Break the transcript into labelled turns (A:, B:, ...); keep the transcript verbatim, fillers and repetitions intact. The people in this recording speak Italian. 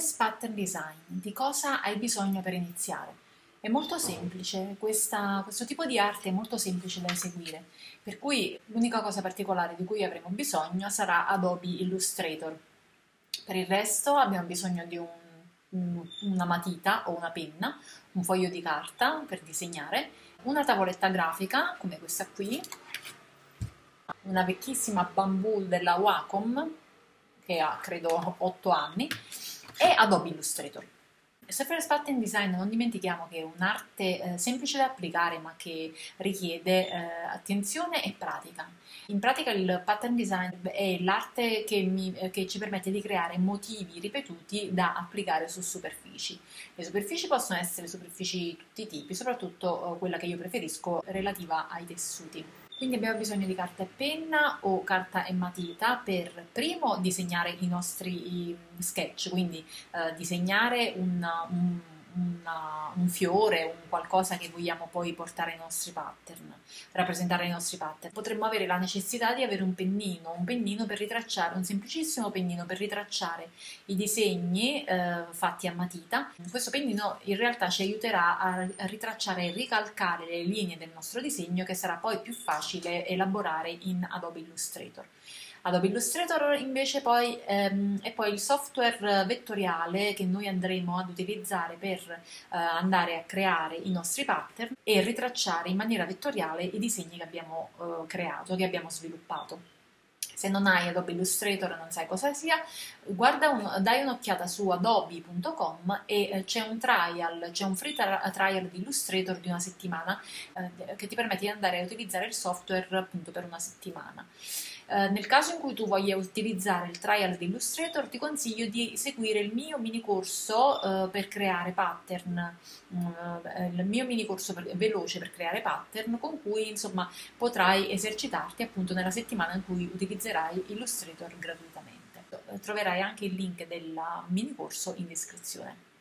A: Surface Pattern Design, di cosa hai bisogno per iniziare? È molto semplice, questa- questo tipo di arte è molto semplice da eseguire, per cui l'unica cosa particolare di cui avremo bisogno sarà Adobe Illustrator. Per il resto abbiamo bisogno di un- un- una matita o una penna, un foglio di carta per disegnare, una tavoletta grafica come questa qui, una vecchissima bambù della Wacom che ha credo otto anni e Adobe Illustrator. Surface Pattern Design non dimentichiamo che è un'arte eh, semplice da applicare ma che richiede eh, attenzione e pratica. In pratica il pattern design è l'arte che, mi- eh, che ci permette di creare motivi ripetuti da applicare su superfici. Le superfici possono essere superfici di tutti i tipi, soprattutto eh, quella che io preferisco relativa ai tessuti. Quindi abbiamo bisogno di carta e penna o carta e matita per primo disegnare i nostri i sketch, quindi eh, disegnare un, un- una- un fiore, un qualcosa che vogliamo poi portare ai nostri pattern, rappresentare ai nostri pattern. Potremmo avere la necessità di avere un pennino, un pennino per ritracciare, un semplicissimo pennino per ritracciare i disegni eh, fatti a matita. Questo pennino in realtà ci aiuterà a, a ritracciare e ricalcare le linee del nostro disegno che sarà poi più facile elaborare in Adobe Illustrator. Adobe Illustrator invece poi ehm, è poi il software vettoriale che noi andremo ad utilizzare per eh, andare a creare i nostri pattern e ritracciare in maniera vettoriale i disegni che abbiamo eh, creato, che abbiamo sviluppato. Se non hai Adobe Illustrator e non sai cosa sia, guarda un- dai un'occhiata su adobe punto com e eh, c'è un trial, c'è un free tra- trial di Illustrator di una settimana eh, che ti permette di andare a utilizzare il software appunto per una settimana. Eh, nel caso in cui tu voglia utilizzare il trial di Illustrator, ti consiglio di seguire il mio mini corso eh, per creare pattern, mm, il mio mini corso per- veloce per creare pattern, con cui insomma potrai esercitarti appunto nella settimana in cui utilizzerai Illustrator gratuitamente. Troverai anche il link del mini corso in descrizione.